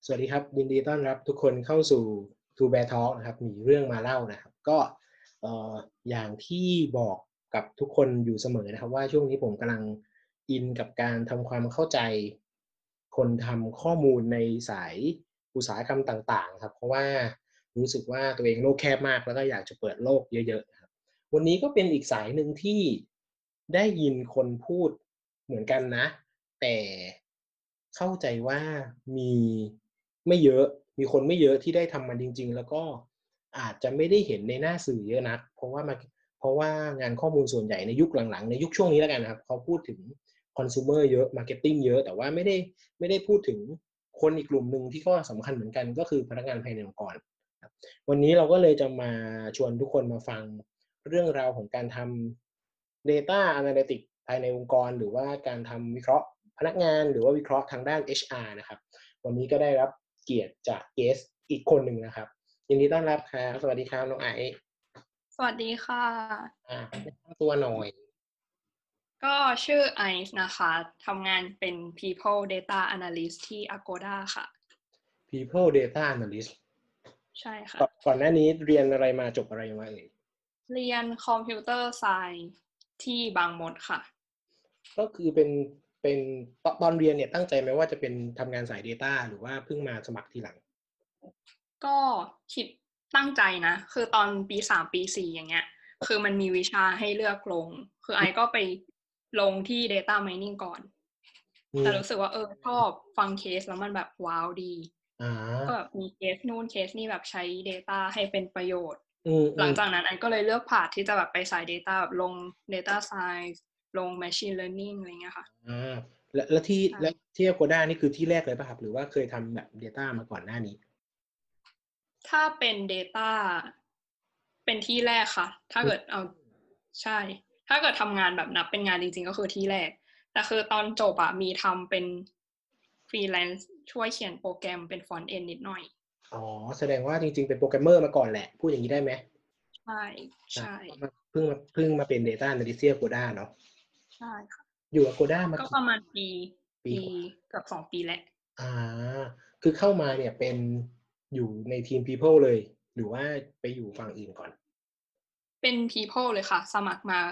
สวัสดีครับยินดีต้อนรับทุกคนเข้าสู่ Two Bear Talk นะครับมีเรื่องมาเล่านะครับก็เอ่ออย่างที่บอกกับทุกคนอยู่เสมอนะครับว่าช่วงนี้ผมกำลังอินกับการทำความเข้าใจคนทำข้อมูลในสายอุตสาหกรรมต่างๆครับเพราะว่ารู้สึกว่าตัวเองโลกแคบมากแล้วก็อยากจะเปิดโลกเยอะๆครับวันนี้ก็เป็นอีกสายหนึ่งที่ได้ยินคนพูดเหมือนกันนะแต่เข้าใจว่ามีไม่เยอะมีคนไม่เยอะที่ได้ทำมันจริงๆแล้วก็อาจจะไม่ได้เห็นในหน้าสื่อเยอะนักเพราะว่างานข้อมูลส่วนใหญ่ในยุคหลังๆในยุคช่วงนี้แล้วกันนะครับเขาพูดถึง consumer เยอะ marketing เยอะแต่ว่าไม่ได้พูดถึงคนอีกกลุ่มหนึ่งที่ก็สำคัญเหมือนกันก็คือพนักงานภายในองค์กรครับวันนี้เราก็เลยจะมาชวนทุกคนมาฟังเรื่องราวของการทำ data analytics ภายในองค์กรหรือว่าการทำวิเคราะห์พนักงานหรือว่าวิเคราะห์ทางด้าน HR นะครับวันนี้ก็ได้รับเกียรติจากเกสอีกคนหนึ่งนะครับยินดีต้อนรับครับสวัสดีครับน้องไอซ์สวัสดีค่ะแนะนำตัวหน่อยก็ชื่อไอซ์นะคะทำงานเป็น People Data Analyst ที่ Agoda ค่ะ People Data Analyst ใช่ค่ะก่อนหน้านี้เรียนอะไรมาจบอะไรมาเอ่ยเรียนคอมพิวเตอร์ไซน์ที่บางมดค่ะก็คือเป็นตอนเรียนเนี่ยตั้งใจไหมว่าจะเป็นทำงานสาย Data หรือว่าเพิ่งมาสมัครทีหลังก็คิดตั้งใจนะคือตอนปี3ปี4อย่างเงี้ยคือมันมีวิชาให้เลือกลงคือไอก็ไปลงที่ Data Mining ก่อนแต่รู้สึกว่าชอบฟังเคสแล้วมันแบบว้าวดีอ่ก็แบบามีเคสนู่นเคสนี่แบบใช้ Data ให้เป็นประโยชน์อืมหลังจากนั้นอันก็เลยเลือกพาธที่จะแบบไปสาย Data แบบลง Data Science ลง Machine Learning อะไรเงี้ยค่ะอ่าแล้วที่ใช่แล้วที่ Agoda นี่คือที่แรกเลยป่ะครับหรือว่าเคยทำแบบ Data มาก่อนหน้านี้ถ้าเป็น Data เป็นที่แรกค่ะถ้าอืมเกิดเอาใช่ถ้าเกิดทำงานแบบนับเป็นงานจริงๆก็คือที่แรกแต่คือตอนจบอะมีทำเป็นฟรีแลนซ์ช่วยเขียนโปรแกรมเป็นฟอนต์เอนนิดหน่อยอ๋อแสดงว่าจริงๆเป็นโปรแกรมเมอร์มาก่อนแหละพูดอย่างนี้ได้ไหมใช่อ่าใช่เพิ่งมาเป็น Data Analyst ที่ Agoda เนาะใช่ค่ะอยู่ Agoda มาก็กี่ประมาณปีปีกว่าเกือบ2 ปีแหละอ่าคือเข้ามาเนี่ยเป็นอยู่ในทีม People เลยหรือว่าไปอยู่ฝั่งอื่นก่อนเป็น people เลยค่ะสมัครมา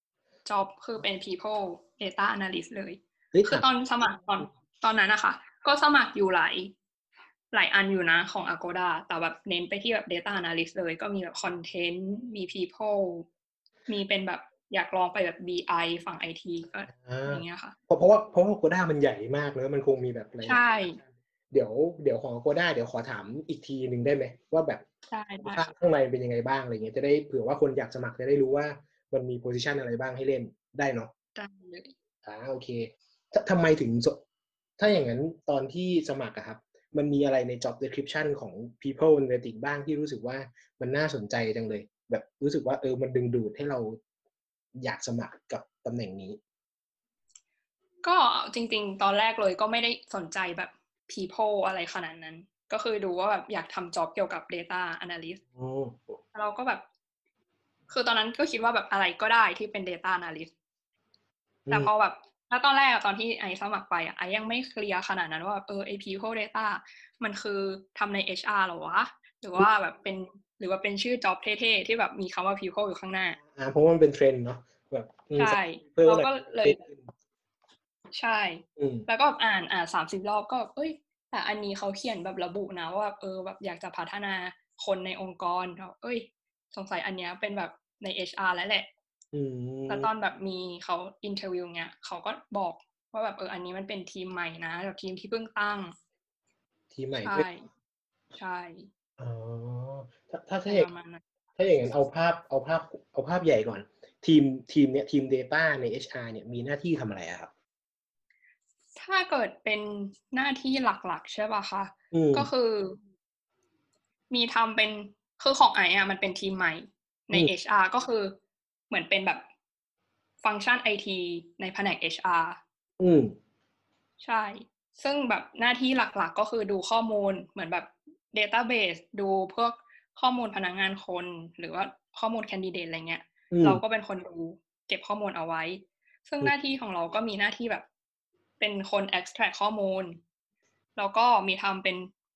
job คือเป็น people data analyst เลยเฮ้ยถามคือตอนสมัครตอนนั้นนะคะก็สมัครอยู่หลายอันอยู่นะของ Agoda แต่แบบเน้นไปที่แบบ data analyst เลยก็มีแบบ content มี people มีเป็นแบบอยากลองไปแบบ BI ฝั่ง IT ก็อ่าอย่างเงี้ยค่ะเพราะว่า Agoda มันใหญ่มากเนอะมันคงมีแบบหใช่ลายๆฟังก์ชันเดี๋ยวของ Agoda เดี๋ยวขอถามอีกทีหนึ่งได้ไหมว่าแบบได้ข้างค่ะข้างในเป็นยังไงบ้างอะไรเงี้ยจะได้เผื่อว่าคนอยากสมัครจะได้รู้ว่ามันมีโพซิชันอะไรบ้างให้เล่นได้เนาะได้เลยโอเคทำไมถึงถ้าอย่างนั้นตอนที่สมัครอะครับมันมีอะไรใน job description ของ People Analytics บ้างที่รู้สึกว่ามันน่าสนใจจังเลยแบบรู้สึกว่ามันดึงดูดให้เราอยากสมัครกับตำแหน่งนี้ก็จริงๆตอนแรกเลยก็ไม่ได้สนใจแบบ people อะไรขนาดนั้นก็คือดูว่าแบบอยากทำ job เกี่ยวกับ data analyst อ๋อเราก็แบบคือตอนนั้นก็คิดว่าแบบอะไรก็ได้ที่เป็น data analyst อืมแต่พอแบบแล้วตอนแรกตอนที่ไอสมัครไปไอยังไม่เคลียร์ขนาดนั้นว่าไอ people data มันคือทำใน HR หรอวะหรือว่าแบบเป็นหรือว่าเป็นชื่อ job เท่ๆที่แบบมีคำว่า people อยู่ข้างหน้าเพราะว่ามันเป็นเทรนด์เนาะแบบใช่ใส่เพิ่มเราก็หน่อยมันเลยเท่ขึ้นใช่อืมแล้วก็อ่าน30 รอบก็แต่อันนี้เขาเขียนแบบระบุนะว่าแบบอยากจะพัฒนาคนในองค์กรสงสัยอันเนี้ยเป็นแบบใน HR แล้วแหละอืแล้วตอนมแบบมีเขาอินเทอร์วิวเนี้ยเขาก็บอกว่าแบบอันนี้มันเป็นทีมใหม่นะแบบทีมที่เพิ่งตั้งทีมใหม่ใช่ด้วยใช่อ๋อถ้าถ้าอะไรถ้าอย่างประมาณนั้นถ้าอย่างนั้นเอาภาพใหญ่ก่อนทีมทีมเนี้ยทีม Data ใน HR เนี่ยมีหน้าที่ทำอะไรอะครับถ้าเกิดเป็นหน้าที่หลักๆใช่ป่ะคะอืมก็คือมีทำเป็นคือของไออะมันเป็นทีมใหม่ในอืม HR ก็คือเหมือนเป็นแบบฟังก์ชันไอทีในแผนก HR อืมใช่ ซึ่งแบบหน้าที่หลักๆก็คือดูข้อมูลเหมือนแบบ database ดูพวกข้อมูลพนักงานคนหรือว่าข้อมูลแคนดิเดตอะไรเงี้ยอืมเราก็เป็นคนดูเก็บข้อมูลเอาไว้ ซึ่งอืมหน้าที่ของเราก็มีหน้าที่แบบเป็นคน extract ข้อมูลแล้วก็มีทำเป็น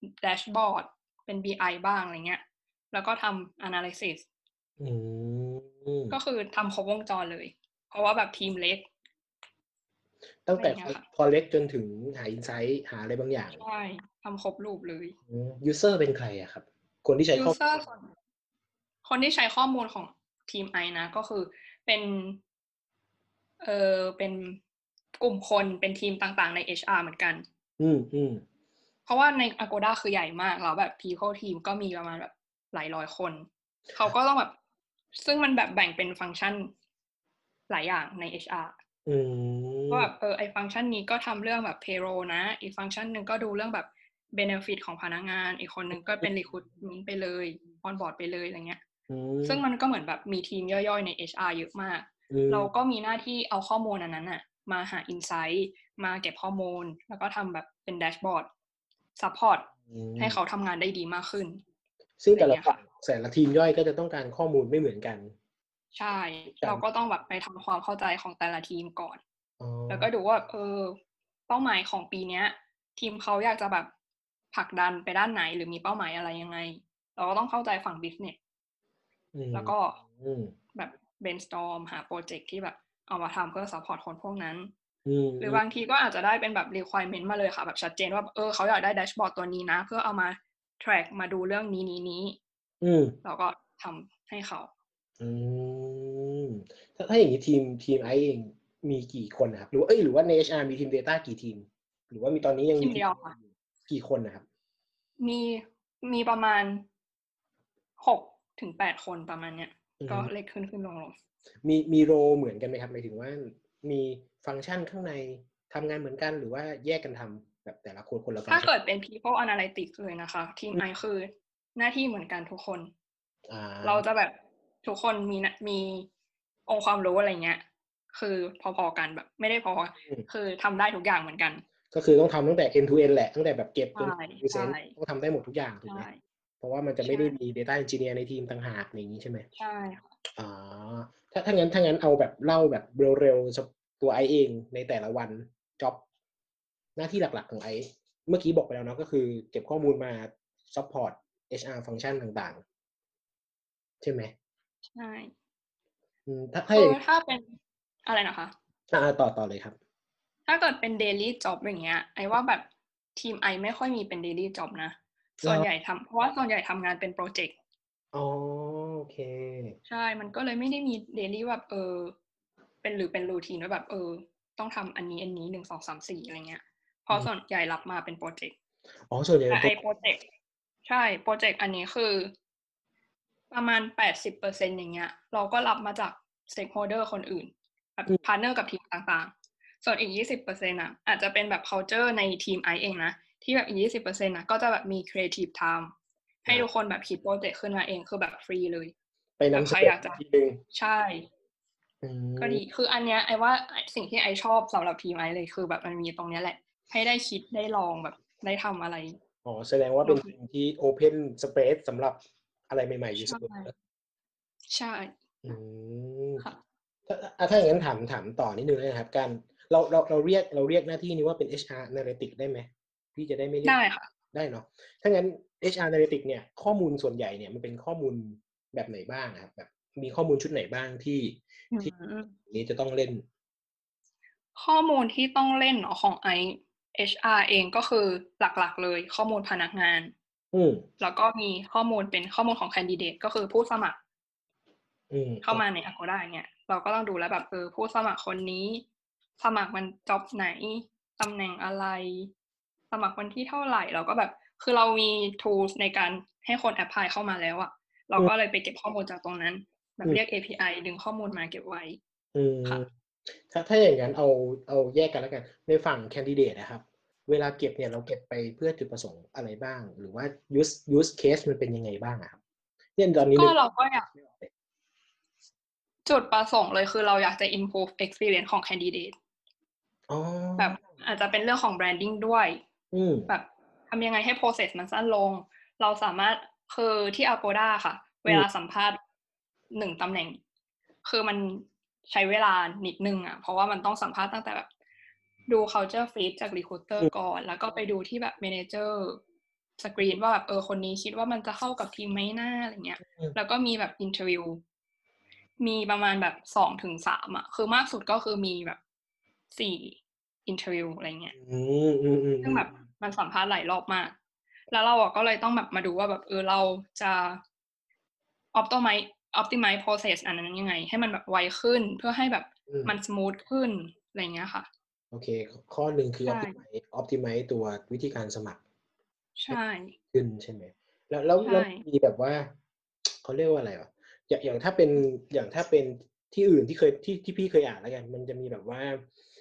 แดชบอร์ดเป็น BI บ้างอะไรเงี้ยแล้วก็ทำ analysis อืมก็คือทำครบวงจรเลยเพราะว่าแบบทีมเล็กตั้งแต่อะไรเงี้ยค่ะ collect จนถึงหา insight หาอะไรบางอย่างใช่ทำครบรูปเลย user เป็นใครอะครับคนที่ใช้ข้อมูล user ส่วนคนที่ใช้ข้อมูลของทีมไอนะก็คือเป็นเป็นกลุ่มคนเป็นทีมต่างๆใน HR เหมือนกันอืมเพราะว่าใน Agoda คือใหญ่มากแล้วแบบ people team ก็มีประมาณแบบหลายร้อยคนเขาก็ต้องแบบซึ่งมันแบบแบ่งเป็นฟังก์ชันหลายอย่างใน HR อืว่ามแบบไอฟังก์ชันนี้ก็ทำเรื่องแบบ payroll นะอีกฟังก์ชันหนึ่งก็ดูเรื่องแบบ benefit ของพนักงานอีกคนหนึ่งก็เป็น recruitment ไปเลย onboard ไปเลยอะไรเงี้ยอืซึ่งมันมก็เหมือนแบบมีทีมย่อยๆใน HR เยอะมากอืมเราก็มีหน้าที่เอาข้อมูลอันนั้นอะมาหา insight มาเก็บข้อมูลแล้วก็ทำแบบเป็นแดชบอร์ดซัพพอร์ตอืให้เขามทำงานได้ดีมากขึ้นซึ่งอะไรเงี้ยค่ะแต่ละฝั่งแต่ละทีมย่อยก็จะต้องการข้อมูลไม่เหมือนกันใช่กันเราก็ต้องแบบไปทำความเข้าใจของแต่ละทีมก่อนอ๋อแล้วก็ดูว่าเป้าหมายของปีเนี้ยทีมเขาอยากจะแบบผลักดันไปด้านไหนหรือมีเป้าหมายอะไรยังไงเราก็ต้องเข้าใจฝั่ง business อืมแล้วก็อืมแบบ brainstorm หาโปรเจกต์ที่แบบเอามาทำเพื่อ support คนพวกนั้นอืมอืมหรือบางทีก็อาจจะได้เป็นแบบ requirement มาเลยค่ะแบบชัดเจนว่าเขาอยากได้แดชบอร์ดตัวนี้นะเพื่อเอามา track มาดูเรื่องนี้อืมเราก็ทำให้เขาอืมถ้าอย่างนี้ทีมไอเองมีกี่คนนะครับหรือว่าหรือว่าใน HR มีทีม Data กี่ทีมหรือว่ามีตอนนี้ยังทีมีทีมมเดียวค่ะกี่คนนะครับมีมีประมาณ6 ถึง 8 คนประมาณเนี้ยอืก็มเล็กขึ้นลงมีโรเหมือนกันไหมครับหมายถึงว่ามีฟังก์ชันข้างในทำงานเหมือนกันหรือว่าแยกกันทำแบบแต่ละคนคนละฟังก์ชันถ้าเกิดเป็น people analytics เลยนะคะทีมไอคือหน้าที่เหมือนกันทุกคนอ่เราาจะแบบทุกคนมีองค์ความรู้อะไรเงี้ยคือพอๆกันแบบไม่ได้พออืมคือทำได้ทุกอย่างเหมือนกันก็คือต้องทำตั้งแต่ end to end แหละตั้งแต่แบบเก็บจนใช่ใช่ present ต้องทำได้หมดทุกอย่างถูกไหมใช่เพราะว่ามันจะไม่ใช่ได้มี data engineer ในทีมต่างหากอย่างนี้ใช่ไหมใช่ค่ะอ๋อถ้างั้นเอาแบบเล่าแบบเร็วๆตัวไอเองในแต่ละวันจ็อบหน้าที่หลักๆของไอเมื่อกี้บอกไปแล้วเนาะก็คือเก็บข้อมูลมา support HR ฟังก์ชันต่างๆใช่ไหมใช่ถ้าคืออย่างถ้าเป็นอะไรนะคะต่อเลยครับถ้าเกิดเป็น daily job อย่างเงี้ยไอ้ว่าแบบทีมไอไม่ค่อยมีเป็น daily job นะส่วนใหญ่ทำเพราะว่าส่วนใหญ่ทำงานเป็นโปรเจกต์อ๋อโอเคใช่มันก็เลยไม่ได้มี daily แบบเป็นรูทีนว่าแบบต้องทำอันนี้1 2 3 4อะไรเงี้ยเพราะส่วนใหญ่รับมาเป็นโปรเจกต์อ๋อส่วนใหญ่แต่เป็นไอโปรเจกต์ใช่โปรเจกต์อันนี้คือประมาณ80%อย่างเงี้ยเราก็รับมาจาก stakeholder คนอื่นแบบพาร์ทเนอร์กับทีมต่างๆ ส่วนอีก20%อ่ะอาจจะเป็นแบบ culture ในทีมไอเองนะที่แบบอีก20%นะก็จะแบบมี creative time ให้ทุกคนแบบคิดโปรเจกต์ขึ้นมาเองคือแบบฟรีเลยไปแบบนำเสนอใครอยากจะทีนึงใช่อืก็ดีมคืออันเนี้ยไอว่าสิ่งที่ไอชอบสำหรับทีมไอเลยคือแบบมันมีตรงเนี้ยแหละให้ได้คิดได้ลองแบบได้ทำอะไรอ๋อแสดงว่าเป็นทีมที่ open space สำหรับอะไรใหม่ๆอยู่เสใช่มอใช่อืมค่ะถ้าอย่างนั้นถามต่อนิดนึงนะครับการเราเรียกหน้าที่นี้ว่าเป็น HR Analytics ได้ไหมพี่จะได้ไม่เรียกได้ค่ะได้เนาะถ้างั้น HR Analytics เนี่ยข้อมูลส่วนใหญ่เนี่ยมันเป็นข้อมูลแบบไหนบ้างครับแบบมีข้อมูลชุดไหนบ้างที่อืที่มนี้จะต้องเล่นข้อมูลที่ต้องเล่นเนาะของไอ HR เองก็คือหลักๆเลยข้อมูลพนักงานอืมแล้วก็มีข้อมูลเป็นข้อมูลของ candidate ก็คือผู้สมัครอืมเข้ามาใน Agoda เนี่ยเราก็ต้องดูแล้วแบบผู้สมัครคนนี้สมัครมันจ็อบไหนตำแหน่งอะไรสมัครวันที่เท่าไหร่เราก็แบบคือเรามี tools ในการให้คนแอพพลายเข้ามาแล้วอะเราอืมก็เลยไปเก็บข้อมูลจากตรงนั้นแบบเรียกอืม API ดึงข้อมูลมาเก็บไว้อืมค่ะถ้าอย่างนั้นเอาแยกกันแล้วกันในฝั่งแคนดิเดตนะครับเวลาเก็บเนี่ยเราเก็บไปเพื่อจุดประสงค์อะไรบ้างหรือว่า use case มันเป็นยังไงบ้างอะครับเนี่ยตอนนี้ก็นึกเราก็อยากไม่ออกเลยจุดประสงค์เลยคือเราอยากจะ improve experience ของ candidate อ๋อแบบอาจจะเป็นเรื่องของ branding ด้วยอืมแบบทำยังไงให้ process มันสั้นลงเราสามารถคือที่ Agoda ค่ะเวอืมลาสัมภาษณ์1 ตำแหน่งคือมันใช้เวลานิดนึงอ่ะเพราะว่ามันต้องสัมภาษณ์ตั้งแต่แบบดู culture fit จาก recruiter อืมก่อนแล้วก็ไปดูที่แบบ manager สกรีนว่าแบบคนนี้คิดว่ามันจะเข้ากับทีมไหมหน้าอะไรเงี้ยแล้วก็มีแบบอินเทอร์วิวมีประมาณแบบ2-3อ่ะคือมากสุดก็คือมีแบบ4อินเทอร์วิวอะไรเงี้ยซึ่งแบบมันสัมภาษณ์หลายรอบมากแล้วเราก็เลยต้องแบบมาดูว่าแบบเราจะ optimize process อันนั้นยังไงให้มันแบบไวขึ้นเพื่อให้แบบมัน smooth ขึ้นอะไรเงี้ยค่ะโอเคข้อหนึ่งคือใช่ optimize ตัววิธีการสมัครใช่ขึ้นใช่ไหมแล้วใช่มีแบบว่าเขาเรียกว่าอะไรวะอย่างถ้าเป็นที่อื่นที่เคยที่พี่เคยอ่านแล้วกันมันจะมีแบบว่า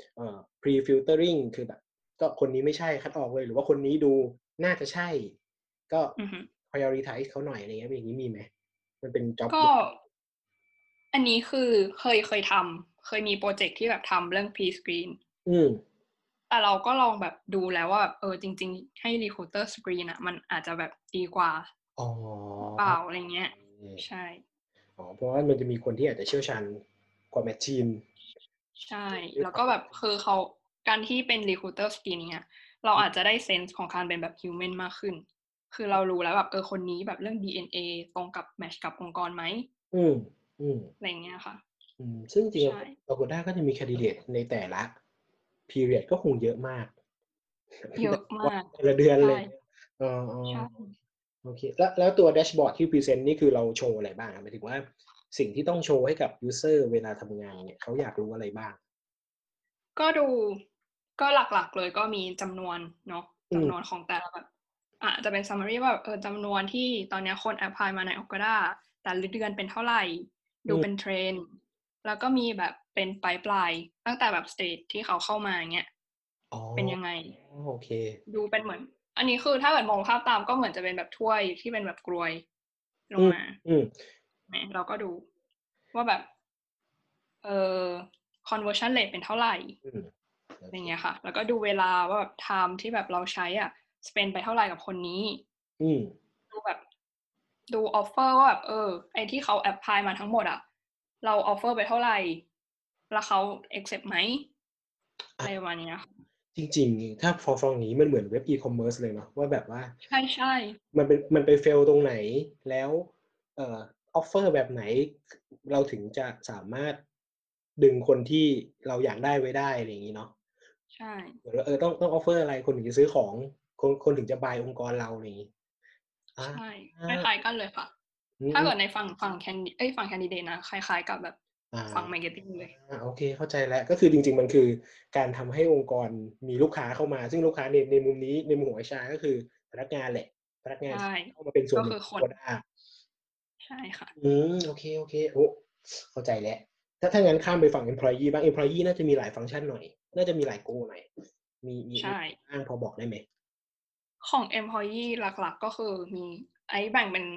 pre filtering คือแบบก็คนนี้ไม่ใช่คัดออกเลยหรือว่าคนนี้ดูน่าจะใช่ก็อือฮึ prioritize เขาหน่อยอะไรเงี้ยอย่างนี้มีไหมมันเป็น job ก็อันนี้คือเคยทำเคยมีโปรเจกต์ที่แบบทำเรื่อง pre-screen แต่เราก็ลองแบบดูแล้วว่าจริงๆให้ recruiter screen อ่ะมันอาจจะแบบดีกว่าอ๋อเปล่าอะไรเงี้ยใช่เพราะว่ามันจะมีคนที่อาจจะเชี่ยวชาญกว่าแมชชีนใช่ แล้วก็แบบคือเขาการที่เป็น recruiter screen เนี่ยเราอาจจะได้เซนส์ของการเป็นแบบ human มากขึ้น คือเรารู้แล้วแบบคนนี้แบบเรื่อง DNA ตรงกับแมทช์กับองค์กรไหมอืมอะไรเงี้ยค่ะซึ่งจริงใช่ๆ Agoda ก็จะมี candidate ในแต่ละ period ก็คงเยอะมากเยอะมากแต่ละเดือนเลใช่ยใช่โอเคแล้วตัวแดชบอร์ดที่พรีเซนต์นี่คือเราโชว์อะไรบ้างหมายถึงว่าสิ่งที่ต้องโชว์ให้กับ user เวลาทำงานเนี่ยเขาอยากรู้อะไรบ้างก็ดูก็หลักๆเลยก็มีจำนวนเนาะจำนวนของแต่ละแบบจะเป็น summary ว่าจำนวนที่ตอนนี้คน apply มาใน Okada แต่ละเดือนเป็นเท่าไหร่ดูเป็นเทรนด์แล้วก็มีแบบเป็นปลายตั้งแต่แบบ stage ที่เขาเข้ามาอย่างเงี้ยเป็นยังไงโอเคดูเป็นเหมือนอันนี้คือถ้าเกิดมองภาพตามก็เหมือนจะเป็นแบบถ้วยที่เป็นแบบกรวยลงมาเราก็ดูว่าแบบเอ่อ conversion rate เป็นเท่าไหร่อย่างเงี้ยค่ะแล้วก็ดูเวลาว่าแบบ time ที่แบบเราใช้spend ไปเท่าไหร่กับคนนี้ดูแบบดู offer ว่าแบบไอที่เขา apply มาทั้งหมดเรา offer ไปเท่าไหร่แล้วเขา accept ไหมอะไรประมาณนี้ค่ะจริงๆถ้าพอฟังนี้มันเหมือนเว็บอีคอมเมิร์ซเลยเนาะว่าแบบว่าใช่ใช่มันไปเฟลตรงไหนแล้วออฟเฟอร์แบบไหนเราถึงจะสามารถดึงคนที่เราอยากได้ไว้ได้อะไรอย่างนี้เนาะใช่เหมือนว่าต้องออฟเฟอร์อะไรคนถึงจะซื้อของคนถึงจะบายองค์กรเราอะไรอย่างนี้อ่าใช่คล้ายๆกันเลยค่ะอืถ้าเกิมดในฝั่งฝั่งแคนดิเดตนะคล้ายๆกับแบบอ่าฝั่ง marketing เลยโอเคเข้าใจแล้วก็คือจริงๆมันคือการทำให้องค์กรมีลูกค้าเข้ามาซึ่งลูกค้าในมุมนี้ในมุมของ HR ก็คือพนักงานแหละพนักงานใช่เข้ามาเป็นส่วนหนึ่งก็คือคนของโควต้าใช่ค่ะโอเคโอ้เข้าใจแล้วถ้างั้นข้ามไปฝั่ง employee บ้าง employee น่าจะมีหลายฟังก์ชันหน่อยน่าจะมีหลายโกหน่อยมีใช่บ้างพอบอกได้ไหมของ employee หลักๆก็คือมีแบ่งเป็น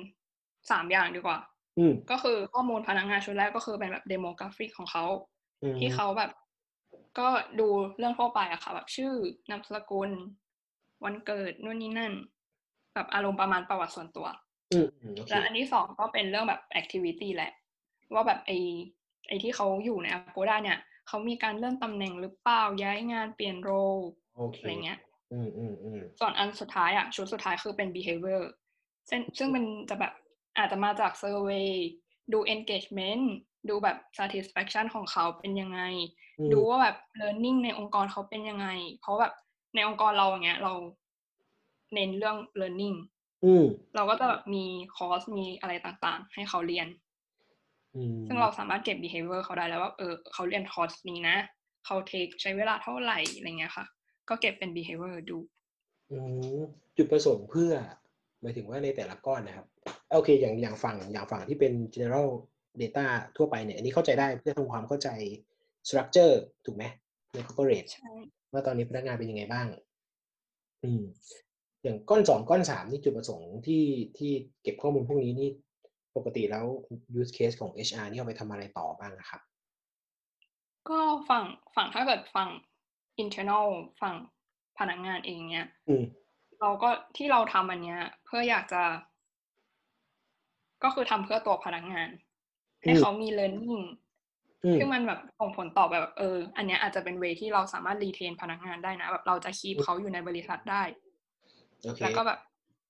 3อย่างดีกว่าอืมก็คือข้อมูลพนักงานชุดแรกก็คือเป็นแบบ demographic ของเขาที่เขาแบบก็ดูเรื่องทั่วไปอะค่ะแบบชื่อนามสกุลวันเกิดนู่นนี่นั่นแบบอารมณ์ประมาณประวัติส่วนตัวโอเคและอันที่2ก็เป็นเรื่องแบบ activity แหละว่าแบบไอที่เขาอยู่ใน Agoda เนี่ยเขามีการเลื่อนตำแหน่งหรือเปล่าย้ายงานเปลี่ยนโรลโอเคอะไรเงี้ยอืมส่วนอันสุดท้ายชุดสุดท้ายคือเป็น behavior ซึ่งมันจะแบบอาจจะมาจาก survey ดู engagement ดูแบบ satisfaction ของเขาเป็นยังไงดูว่าแบบ learning ในองค์กรเขาเป็นยังไงเพราะแบบในองค์กรเราอย่างเงี้ยเราเน้นเรื่อง learning เราก็จะแบบมีคอร์สมีอะไรต่างๆให้เขาเรียนซึ่งเราสามารถเก็บ behavior เขาได้แล้วว่าเขาเรียนคอร์สนี้นะเขาเทคใช้เวลาเท่าไหร่อะไรเงี้ยค่ะก็เก็บเป็น behavior ดูจุดประสงค์เพื่อหมายถึงว่าในแต่ละก้อนนะครับโอเคอย่างฝั่งที่เป็น general data ทั่วไปเนี่ยอันนี้เข้าใจได้เพื่อทำความเข้าใจ structure ถูกไหมใน corporate ใช่ว่าตอนนี้พนักงานเป็นยังไงบ้างอืมอย่างก้อน2ก้อน3นี่จุดประสงค์ที่เก็บข้อมูลพวกนี้นี่ปกติแล้ว use case ของ HR นี่เอาไปทำอะไรต่อบ้างนะครับก็ฝั่งถ้าเกิดฝั่ง internal ฝั่งพนักงานเองเนี่ยเราก็ที่เราทำอันเนี้ยเพื่ออยากจะก็คือทำเพื่อตัวพนักงานให้เขามี learning ที่มันแบบส่งผลต่อแบบอันเนี้ยอาจจะเป็นเวที่เราสามารถรีเทนพนักงานได้นะแบบเราจะคีปเขาอยู่ในบริษัทได้โอเคแล้วก็แบบ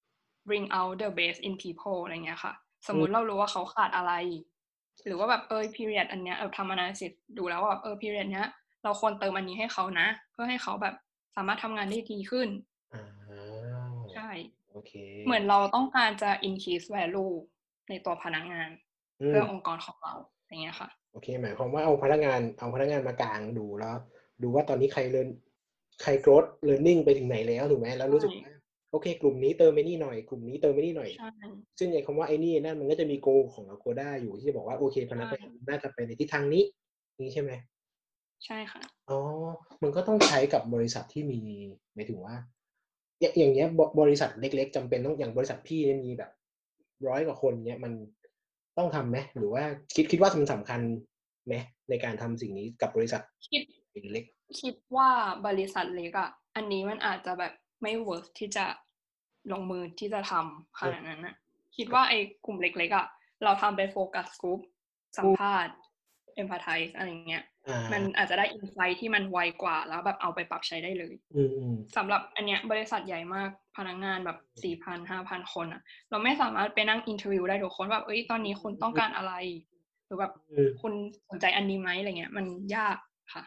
bring out the best in people อะไรเงี้ยค่ะสมมุติเรารู้ว่าเขาขาดอะไรหรือว่าแบบperiod อันเนี้ยทำ analysis ดูแล้วว่าแบบperiod เนี้ยเราควรเติมอันนี้ให้เขานะเพื่อให้เขาแบบสามารถทำงานได้ดีขึ้นใช่โอเคเหมือนเราต้องการจะ increase value ในตัวพนักงานเพื่อองค์กรของเราอย่างเงี้ยค่ะโอเคหมายความว่าเอาพนักงานมากางดูแล้วดูว่าตอนนี้ใคร growth learning ไปถึงไหนแล้วถูกไหมแล้วรู้สึกว่าโอเคกลุ่มนี้เติมไปนี่หน่อยกลุ่มนี้เติมไปนี่หน่อยซึ่งไอ้คำว่าไอ้นี่นั่นมันก็จะมีโกของ Agoda อยู่ที่จะบอกว่าโอเคพนักงานน่าจะไปในทิศทางนี้นี่ใช่ไหมใช่ค่ะอ๋อมันก็ต้องใช้กับบริษัทที่มีหมายถึงว่าอย่างเงี้ยบริษัทเล็กๆจำเป็นต้องอย่างบริษัทพี่เนี่ยมีแบบ100 กว่าคนเนี้ยมันต้องทำไหมหรือว่าคิดว่ามันสำคัญไหมในการทำสิ่งนี้กับบริษัทเล็กคิดว่าบริษัทเล็กอ่ะอันนี้มันอาจจะแบบไม่เวิร์กที่จะลงมือที่จะทำขนาดนั้นนะคิดว่าไอ้กลุ่มเล็กๆอ่ะเราทำเป็นโฟกัสกลุ่มสัมภาษณ์เอมพาไทส์อะไรเงี้ยมันอาจจะได้อินไซต์ที่มันไวกว่าแล้วแบบเอาไปปรับใช้ได้เลยสำหรับอันเนี้ยบริษัทใหญ่มากพนักงานแบบ 4,000 5,000 คนอ่ะเราไม่สามารถไปนั่งอินเทอร์วิวได้ทุกคนแบบตอนนี้คุณต้องการอะไรหรือแบบคุณสนใจอันนี้ไหมอะไรเงี้ยมันยากค่ะ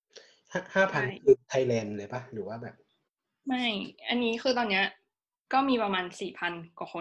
5,000คือไทยแลนด์เลยปะหรือว่าแบบไม่อันนี้คือตอนเนี้ยก็มีประมาณ 4,000 กว่าคน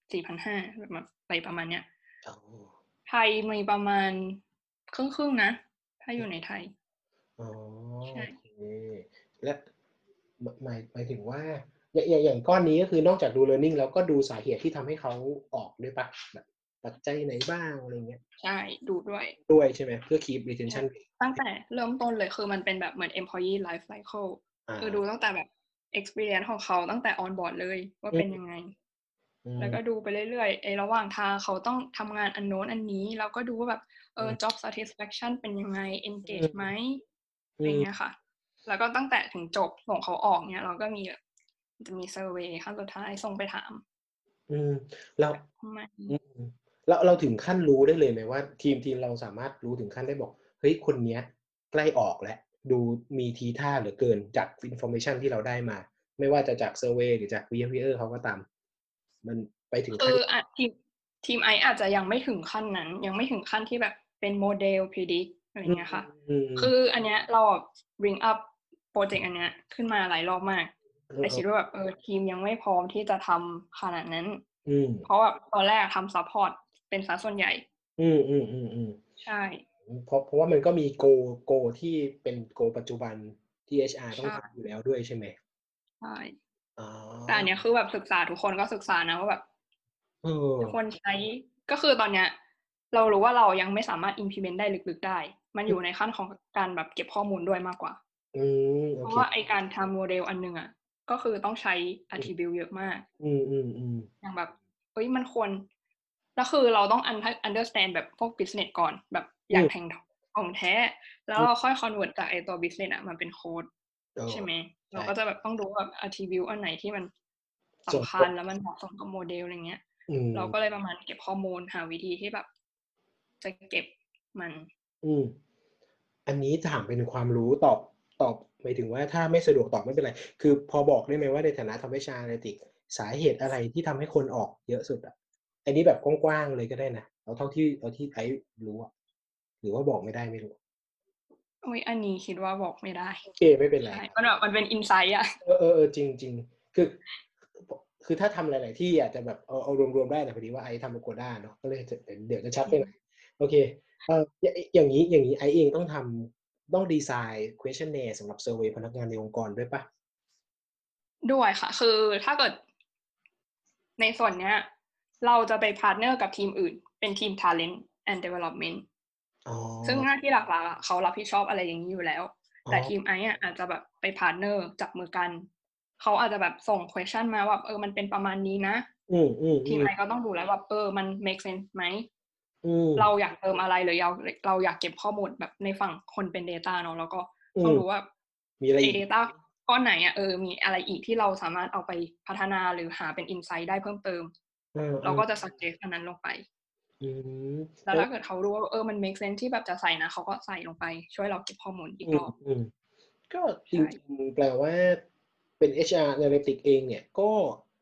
4,500 แบบไปประมาณเนี้ยไทยมีประมาณครึ่งๆนะถ้าอยู่ในไทยอ๋อใช่โอเคและหมายถึงว่าอย่างก้อนนี้ก็คือนอกจากดู learning แล้วก็ดูสาเหตุที่ทำให้เขาออกด้วยปะแบบปัจจัยไหนบ้างอะไรเงี้ยใช่ดูด้วยใช่ไหมเพื่อ keep retention ตั้งแต่เริ่มต้นเลยคือมันเป็นแบบเหมือน employee life cycle คือดูตั้งแต่แบบ experience ของเขาตั้งแต่ on board เลยว่าเป็นยังไงแล้วก็ดูไปเรื่อยๆระหว่างทางเขาต้องทำงานอันโน้นอันนี้แล้วก็ดูว่าแบบjob satisfaction เป็นยังไง engage ไหมอะไรเงี้ยค่ะแล้วก็ตั้งแต่ถึงจบส่งเขาออกเนี่ยเราก็มีจะมี survey ขั้นสุดท้ายส่งไปถามแล้วทำไมเราถึงขั้นรู้ได้เลยไหมว่าทีมเราสามารถรู้ถึงขั้นได้บอกเฮ้ยคนเนี้ยใกล้ออกแล้วดูมีทีท่าเหลือเกินจาก information ที่เราได้มาไม่ว่าจะจาก survey หรือจาก behavior เขาก็ตามมันไปถึงขั้นคือทีมไออาจจะยังไม่ถึงขั้นนั้นยังไม่ถึงขั้นที่แบบเป็นโมเดล predict อะไรเงี้ยค่ะคืออันเนี้ยเรา bring up โปรเจกต์อันเนี้ยขึ้นมาหลายรอบมากแต่คิดว่าแบบทีมยังไม่พร้อมที่จะทำขนาดนั้นเพราะแบบตอนแรกทำ support เป็นซะส่วนใหญ่ใช่เพราะว่ามันก็มีโกที่เป็นโกปัจจุบันที่ HR ต้องทำอยู่แล้วด้วยใช่ไหมใช่อ๋อแต่อันเนี้ยคือแบบศึกษาทุกคนก็ศึกษานะว่าแบบควรใช้ก็คือตอนเนี้ยเรารู้ว่าเรายังไม่สามารถ implement ได้ลึกๆได้มันอยู่ในขั้นของการแบบเก็บข้อมูลด้วยมากกว่าเพราะว่าไอการทำโมเดลอันนึงอ่ะก็คือต้องใช้ attribute เยอะมากอย่างแบบมันควรแล้วคือเราต้อง understand แบบพวก business ก่อนแบบอย่างแทงของแท้แล้วเราค่อย convert จากไอตัว business อ่ะมันเป็นโค้ดใช่ไหมเราก็จะแบบต้องดูแบบ attribute อันไหนที่มันสำคัญแล้วมันเหมาะสมกับโมเดลอะไรเงี้ยเราก็เลยประมาณเก็บข้อมูลหาวิธีที่แบบจะเก็บมันอันนี้ถามเป็นความรู้ตอบหมายถึงว่าถ้าไม่สะดวกตอบไม่เป็นไรคือพอบอกได้ไหมว่าในฐานะทำวิชา Analytics สาเหตุอะไรที่ทำให้คนออกเยอะสุดอ่ะอันนี้แบบกว้างๆเลยก็ได้นะเอาเท่าที่ไอ้รู้อ่ะหรือว่าบอกไม่ได้ไม่รู้อันนี้คิดว่าบอกไม่ได้โอเคไม่เป็นไรใช่มันแบบมันเป็นอินไซต์อะจริงคือถ้าทำหลายๆที่อาจจะแบบเอารวมๆได้แต่พอดีว่าไอ้ทำ Agoda เนาะก็เลยเดี๋ยวจะชัดไปหน่อยโอเคอย่างนี้ไอ้เองต้องดีไซน์ questionnaire สำหรับเซอร์เวย์พนักงานในองค์กรด้วยปะด้วยค่ะคือถ้าเกิดในส่วนเนี้ยเราจะไปพาร์ทเนอร์กับทีมอื่นเป็นทีม Talent and Development ซึ่งหน้าที่หลักๆเขารับผิดชอบอะไรอย่างนี้อยู่แล้วแต่ทีมไออาจจะแบบไปพาร์ทเนอร์จับมือกันเขาอาจจะแบบส่ง question มาว่ามันเป็นประมาณนี้นะทีมไอก็ต้องดูแล้วว่ามัน make sense ไหมเราอยากเติมอะไรหรือเราอยากเก็บข้อมูลแบบในฝั่งคนเป็น Data เนาะแล้วก็ต้องดูว่ามีอะไรอีก Data ก้อนไหนมีอะไรอีกที่เราสามารถเอาไปพัฒนาหรือหาเป็น insight ได้เพิ่มเติมเราก็จะ suggest อันนั้นลงไปแล้วถ้าเกิดเขารู้ว่ามัน make sense ที่แบบจะใส่นะเขาก็ใส่ลงไปช่วยเราเก็บข้อมูลอีกรอบก็จริงๆแปลว่าเป็น HR Analytics เองเนี่ยก็จ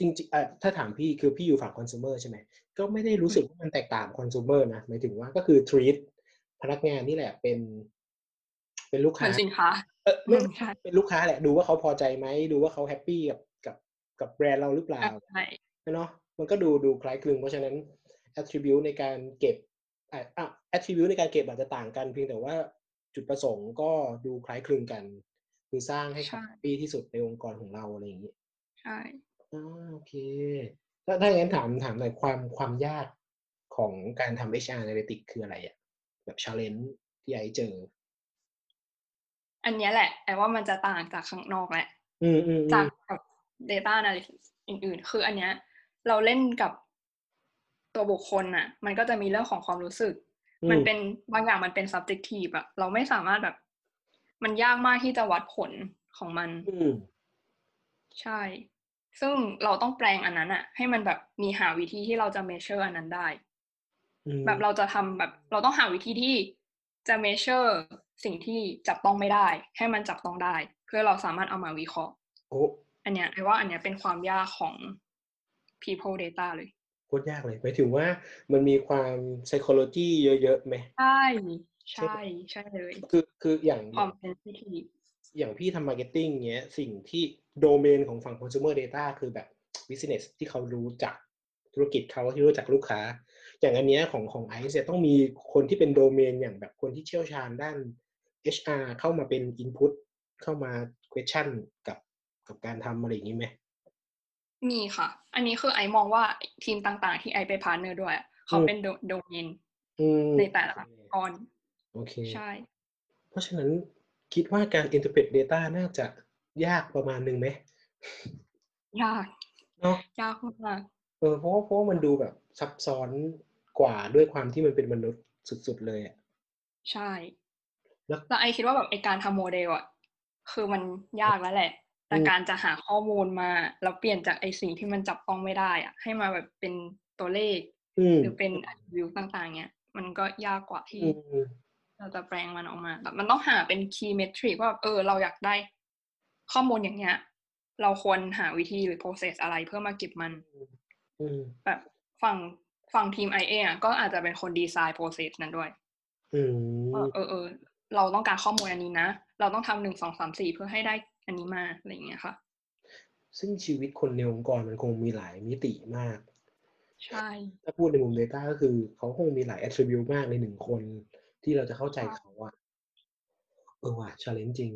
จริงๆถ้าถามพี่คือพี่อยู่ฝั่ง consumer ใช่ไหมก็ไม่ได้รู้สึกว่ามันแตกต่าง consumer นะหมายถึงว่าก็คือ treat พนักงานนี่แหละเป็นลูกเหมืค้าอนสินค้าไม่ใช่เป็นลูกค้าแหละดูว่าเขาพอใจไหมดูว่าเขาแฮปปี้กับกับแบรนด์เราหรือเปล่าใช่เนาะมันก็ดูคล้ายคลึงเพราะฉะนั้น attribute ในการเก็บattribute ในการเก็บอาจจะต่างกันเพียงแต่ว่าจุดประสงค์ก็ดูคล้ายคลึงกันคือสร้างให้เขาใช่แฮปปี้ที่สุดในองค์กรของเราอะไรอย่างนี้ใช่โอเคถ้าอย่างนั้นถามหน่อยความยากของการทำ HR Analytics คืออะไรอะแบบ challenge ที่ไอ้เจออันเนี้ยแหละไอ้ว่ามันจะต่างจากข้างนอกแหละอืมอืมอืมจากกับ data analysis อื่นๆคืออันเนี้ยเราเล่นกับตัวบุคคลน่ะมันก็จะมีเรื่องของความรู้สึกมันเป็นบางอย่างมันเป็น subjective อะเราไม่สามารถแบบมันยากมากที่จะวัดผลของมันอืมใช่ซึ่งเราต้องแปลงอันนั้นอะให้มันแบบมีหาวิธีที่เราจะ measure อันนั้นได้อืมแบบเราจะทำแบบเราต้องหาวิธีที่จะ measure สิ่งที่จับต้องไม่ได้ให้มันจับต้องได้เพื่อเราสามารถเอามาวิเคราะห์โอ้อันเนี้ยไอ้ว่าอันเนี้ยเป็นความยากของ people data เลยโคตรยากเลยหมายถึงว่ามันมีความ psychology เยอะๆไหมใช่ใช่ใช่ไหมใช่เลยคืออย่างความ sensitive อย่างพี่ทำมาร์เก็ตติ้งเงี้ยสิ่งที่โดเมนของฝั่ง consumer data คือแบบ business ที่เขารู้จักธุรกิจเขาที่รู้จักลูกค้าอย่างอันเนี้ยของไอซ์เนี่ยต้องมีคนที่เป็นโดเมนอย่างแบบคนที่เชี่ยวชาญด้าน HR เข้ามาเป็น input เข้ามา question กับการทำอะไรอย่างนี้ไหมมีค่ะอันนี้คือไอมองว่าทีมต่างๆที่ไอไปพาร์ทเนอร์ด้วยอืเขามเป็นโดเมนอืมในแต่โอเคละก้อนโอเคใช่เพราะฉะนั้นคิดว่าการ interpret data น่าจะยากประมาณหนึ่งไหมยากเนาะยากมากเพราะว่ามันดูแบบซับซ้อนกว่าด้วยความที่มันเป็นมนุษย์สุดๆเลยอะใช่แล้วแล้วไอคิดว่าแบบไอการทำโมเดลอะคือมันยากแล้วแหละอืแต่มการจะหาข้อมูลมาแล้วเปลี่ยนจากไอสิ่งที่มันจับต้องไม่ได้อะให้มาแบบเป็นตัวเลขอืมหรือเป็นวิวต่างๆเนี่ยมันก็ยากกว่าอืที่มเราจะแปลงมันออกมาแบบมันต้องหาเป็น key metric ว่าเราอยากได้ข้อมูลอย่างเงี้ยเราควรหาวิธีหรือ process อะไรเพื่อมาเก็บมันอืมแบบฝั่งฝั่งทีม IA อะก็อาจจะเป็นคนดีไซน์ process นั้นด้วยอืว่ามเราต้องการข้อมูลอันนี้นะเราต้องทำ1 2 3 4เพื่อให้ได้อันนี้มาอะไรอย่างเงี้ยค่ะซึ่งชีวิตคนในองค์กรมันคงมีหลายมิติมากใช่ถ้าพูดในมุม Data ก็คือเขาคงมีหลาย attribute มากในหนึ่งคนที่เราจะเข้าใจเขาอะว่ะ challenge จริง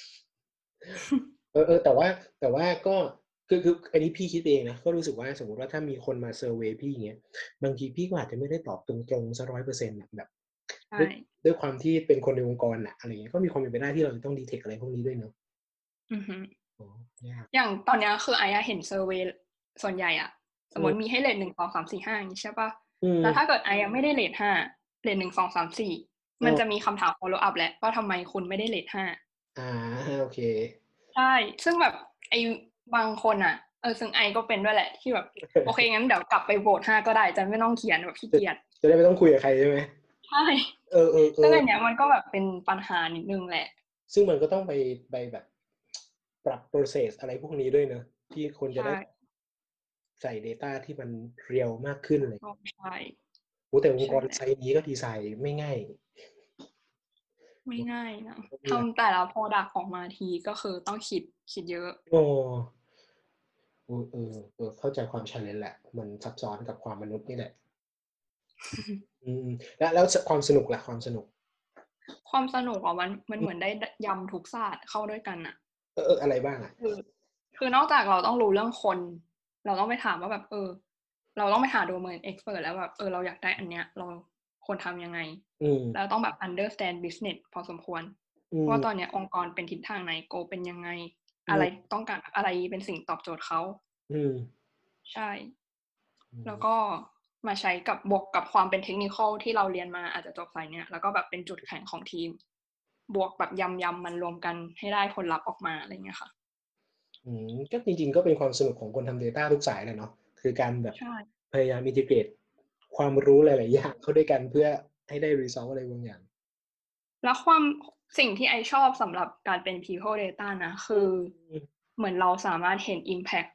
แต่ว่าก็คืออันนี้พี่คิดเองนะก็รู้สึกว่าสมมติว่าถ้ามีคนมาเซอร์เวย์พี่อย่างเงี้ยบางทีพี่ก็อาจจะไม่ได้ตอบตรงๆซะ100%แบบใช่ด้วยความที่เป็นคนในองค์กรอะอะไรเงี้ยก็มีความเป็นไปได้ที่เราจะต้องดีเทคอะไรพวกนี้ด้วยเนาะอือฮึโอ้ยากอย่างตอนเนี้ยคือไอ้เห็นเซอร์เวย์ส่วนใหญ่อะสมมติมีอืมให้เรท1 2 3 4 5อย่างนี้ใช่ปะอืมแล้วถ้าเกิดไอ้ไม่ได้เรท 5เรท1 2 3 4มันจะมีคำถาม follow up แหละว่าทำไมคุณไม่ได้เรท 5 อ่าโอเคใช่ซึ่งแบบไอ้บางคนอะซึ่งไอก็เป็นด้วยแหละที่แบบโอเคงั้นเดี๋ยวกลับไปโหวต 5ก็ได้จะไม่ต้องเขียนแบบขี้จะเกียจจะได้ไม่ต้องคุยกับใครใช่ไหมใช่ ซึ่งอันเนี้ยมันก็แบบเป็นปัญหานิดนึงแหละซึ่งมันก็ต้องไปแบบปรับ process อะไรพวกนี้ด้วยเนอะที่คนจะใช่ได้ใส่ data ที่มันเรียวมากขึ้นเลยก็ใช่โอ้แต่องค์กรใช่แหละไซส์นี้ก็ดีไซน์ไม่ง่ายไม่ง่ายนะมีหลายทำแต่ละ product ออกมาทีก็คือต้องคิดเยอะโอ้เข้าใจความ challenge แหละมันซับซ้อนกับความมนุษย์นี่แหละอืมแล้วความสนุกล่ะความสนุกความสนุกอ่ะมันเหมือนได้ยำทุกศาสตร์เข้าด้วยกันอ่ะอะไรบ้างอ่ะคือคือนอกจากเราต้องรู้เรื่องคนเราต้องไปถามว่าแบบเราต้องไปหาโดเมนเอ็กซ์เพรสแล้วแบบเราอยากได้อันเนี้ยเราควรทำยังไงอืมแล้วต้องแบบ understand business พอสมควรอืมว่าตอนเนี้ยองค์กรเป็นทิศทางไหนโกเป็นยังไงอือะไรมต้องการอะไรเป็นสิ่งตอบโจทย์เขาอืมใช่อืมแล้วก็มาใช้กับบวกกับความเป็นเทคนิคอลที่เราเรียนมาอาจจะจบสายเนี้ยแล้วก็แบบเป็นจุดแข็งของทีมบวกแบบยำมันรวมกันให้ได้ผลลัพธ์ออกมาอะไรเงี้ยค่ะก็จริงๆก็เป็นความสนุกของคนทำ Data ทุกสายเลยเนาะคือการแบบใช่พยายาม integrate ความรู้หลายๆอย่างเข้าด้วยกันเพื่อให้ได้ result อะไรบางอย่างแล้วสิ่งที่ไอชอบสำหรับการเป็น people data นะอืคือมเหมือนเราสามารถเห็น impact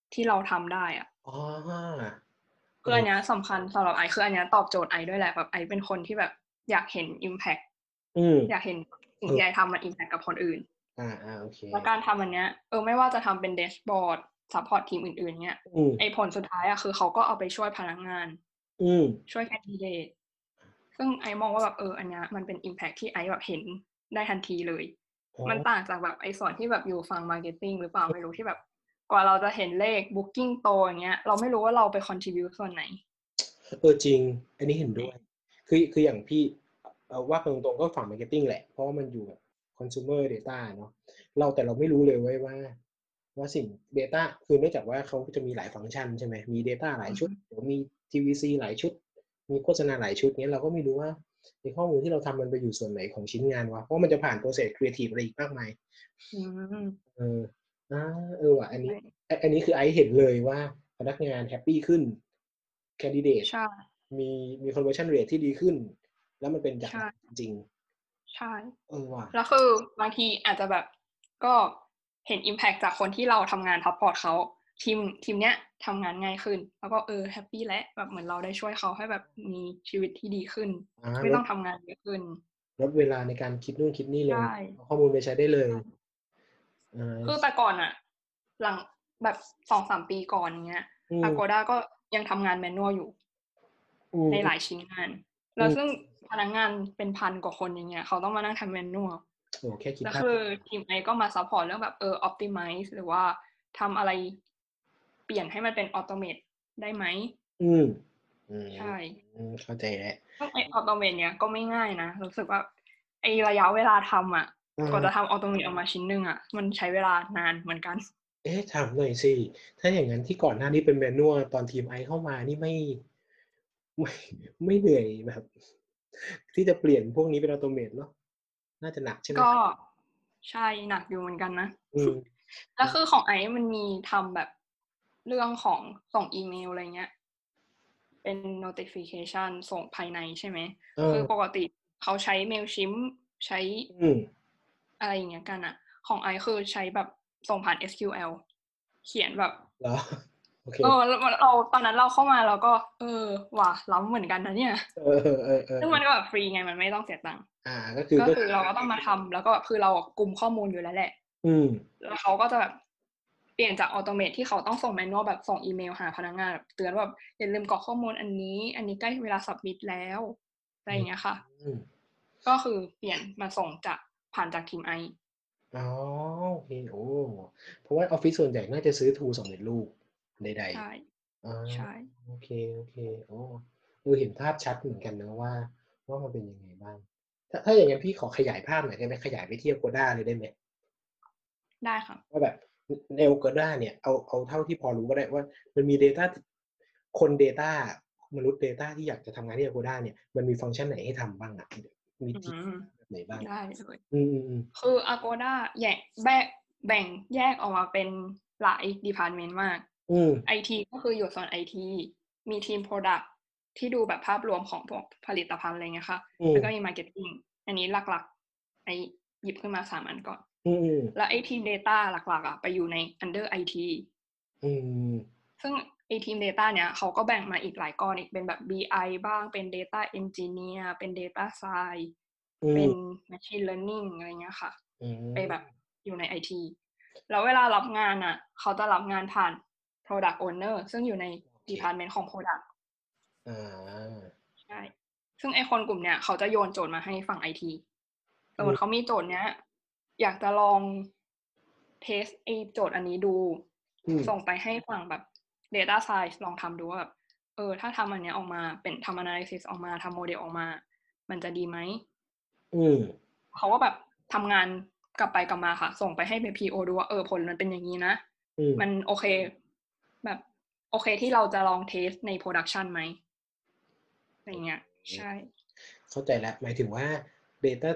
ที่เราทำได้อะอ๋อคืออันเนี้ยสำคัญสำหรับไอคืออันเนี้ยตอบโจทย์ไอด้วยแหละแบบไอเป็นคนที่แบบอยากเห็น impact อืมอยากเห็นสิ่งเออที่ไอทำมัน impact กับคนอื่นโอเคแล้วการทำอันเนี้ยไม่ว่าจะทำเป็นแดชบอร์ดซัพพอร์ตทีมอื่นๆเนี้ยอืมไอผลสุดท้ายอะคือเขาก็เอาไปช่วยพนักงานอืมช่วยแคนดิเดตซึ่งไอมองว่าแบบอันเนี้ยมันเป็น impact ที่ไอแบบเห็นได้ทันทีเลยอ๋อมันต่างจากแบบไอส่วนที่แบบอยู่ฝั่ง marketing หรือเปล่าไม่รู้ที่แบบกว่าเราจะเห็นเลข booking โตอย่างเงี้ยเราไม่รู้ว่าเราไป contribute ส่วนไหนจริงอันนี้เห็นด้วยคืออย่างพี่ว่าตรงๆก็ฝั่ง marketing แหละเพราะว่ามันอยู่แบบ consumer data เนาะแต่เราไม่รู้เลยว่าสิ่ง data คือเนื่องจากว่าเขาจะมีหลายฟังก์ชันใช่ไหมมี data หลายชุดเดี๋ยวมี TVC หลายชุดมีโฆษณาหลายชุดเนี้ยเราก็ไม่รู้ว่าในข้อมูลที่เราทำมันไปอยู่ส่วนไหนของชิ้นงานวะเพราะมันจะผ่านโปรเซสครีเอทีฟอะไรอีกมากมายอืมเออว่ะอันนี้คือไอซ์เห็นเลยว่าพนักงานแฮปปี้ขึ้นแคนดิเดตใช่มีมี conversion rate ที่ดีขึ้นแล้วมันเป็นจากใช่จริงใช่ว่ะแล้วคือบางทีอาจจะแบบก็เห็น impact จากคนที่เราทำงาน support เขาทีมเนี้ยทำงานง่ายขึ้นแล้วก็แฮปปี้และแบบเหมือนเราได้ช่วยเขาให้แบบมีชีวิตที่ดีขึ้นไม่ลดต้องทำงานเยอะขึ้นเวลาในการคิดนู่นคิดนี่ลงใช่เอาข้อมูลไปใช้ได้เลยอ่คือาแต่ก่อนอะหลังแบบ2-3 ปีก่อนเนี้ยอืม Agoda ก็ยังทำงานแมนนวลอยู่อืมในหลายชิ้นงานอืแล้วมซึ่งพนักงานเป็นพันกว่าคนอย่างเงี้ยเขาต้องมานั่งทำแมนนวลแค่คิดภาพแล้วคือทีมไอก็มาซัพพอร์ตเรื่องแบบoptimize หรือว่าทำอะไรเปลี่ยนให้มันเป็นออโตเมตได้ไหมอืมอืใช่เข้าใจแล้วซึ่งไอออโตเมตเนี้ยก็ไม่ง่ายนะรู้สึกว่าไอระยะเวลาทำอ่ะกว่าจะอ่าทำออโตเมตออกมาชิ้นหนึ่งอ่ะมันใช้เวลานานเหมือนกันถามหน่อยสิถ้าอย่างนั้นที่ก่อนหน้านี้เป็นแมนนวลตอนทีมไอเข้ามานี่ไม่ไม่เหนื่อยแบบที่จะเปลี่ยนพวกนี้เป็นออโตเมตเนาะน่าจะหนักใช่ไหมก็ใช่หนักอยู่เหมือนกันนะอืมแล้วคือของไอมันมีทำแบบเรื่องของส่งอีเมลอะไรเงี้ย เป็น notification ส่งภายในใช่ไหมเอคือปอกติเขาใช้ Mailchimp ใช้อืมอะไรอย่างเงี้ยกันอะของไอคือใช้แบบส่งผ่าน SQL เขียนแบบเหรอโอเคเราตอนนั้นเราเข้ามาเราก็ว่ะล้ำเหมือนกันนะเนี่ยเออเออเออเอซึ่งอมันก็แบบฟรีไงมันไม่ต้องเสียตังค์ก็คือเราก็ต้องมาทำแล้วก็แบบคือเรากลุ่มข้อมูลอยู่แล้วแหละอืมแล้วเขาก็จะแบบเปลี่ยนจากออโตเมทที่เขาต้องส่งแมนนวลแบบส่งอีเมลหาพนักงานแบบเตือนว่าแบบอย่าลืมกรอกข้อมูลอันนี้ใกล้เวลาสับมิดแล้วอะไรอย่างเงี้ยค่ะอืมก็คือเปลี่ยนมาส่งจากผ่านจากทีมไออ๋อโอเคเพราะว่าออฟฟิศส่วนใหญ่น่าจะซื้อทูสำเร็จรูปใดใช่ๆใช่โอเคโอ้เห็นภาพชัดเหมือนกันนะว่ามันเป็นยังไงบ้างถ้าอย่างนั้นพี่ขอขยายภาพหน่อยได้ไหมขยายไปเทียบ Agoda เลยได้ไหมได้ค่ะว่าแบบใน Agoda เนี่ยเอาเท่าที่พอรู้ก็ได้ว่ามันมี Data คน Data มนุษย์ Data ที่อยากจะทำงานที่ Agoda เนี่ยมันมีฟังก์ชันไหนให้ทำบ้างมีอืทีมแบบไหนบ้างได้เลยอืมคือ Agoda แบ่งแยกออกมาเป็นหลาย department มากอืม IT ก็คืออยู่ส่วน IT มีทีม Product ที่ดูแบบภาพรวมของพวกผลิตภัณฑ์อะไรเงี้ยค่ะอืมแล้วก็มี Marketing อันนี้หลักๆไอหยิบขึ้นมา3 อันก่อนอืมแล้วไอทีม Data หลักๆอ่ะไปอยู่ใน under IT อืมซึ่งไอทีม Data เนี้ยเขาก็แบ่งมาอีกหลายก้อนอีกเป็นแบบ BI บ้างเป็น Data Engineer เป็น Data Science เป็นอืม Machine Learning อะไรเงี้ยค่ะอืไปแบบมอยู่ใน IT แล้วเวลารับงานอ่ะเขาจะรับงานผ่าน Product Owner ซึ่งอยู่ในโอเค Department ของ Product อ่าใช่ซึ่งไอคนกลุ่มเนี้ยเขาจะโยนโจทย์มาให้ฝั่ง IT สมมติเขามีโจทย์เนี้ยอยากจะลองเทสไอโจทย์อันนี้ดูอืมส่งไปให้ฝั่งแบบ Data Science ลองทำดูว่าแบบถ้าทำอันเนี้ยออกมาเป็นทำ analysis ออกมาทำโมเดลออกมามันจะดีไหมอืมเขาก็แบบทำงานกลับไปกลับมาค่ะส่งไปให้เป็น PO ดูว่าผลมันเป็นอย่างนี้นะอืมมันโอเคแบบโอเคที่เราจะลองเทสใน production ไหมอะไรเงี้ยใช่เข้าใจแล้วหมายถึงว่า Data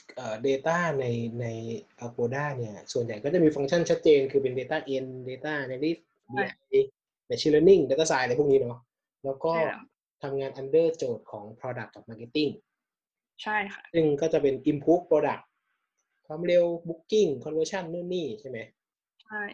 Data ใน Agoda เนี่ยส่วนใหญ่ก็จะมีฟังก์ชันชัดเจนคือเป็น Data N Data Analyst ใช่ BI Machine Learning Data Science อะไรพวกนี้เนาะแล้วก็ใช่แล้วทำงาน under โจทย์ของ Product กับ Marketing ใช่ค่ะซึ่งก็จะเป็น improve product ความเร็ว booking conversion นู่นนี่ใช่ไหมใช่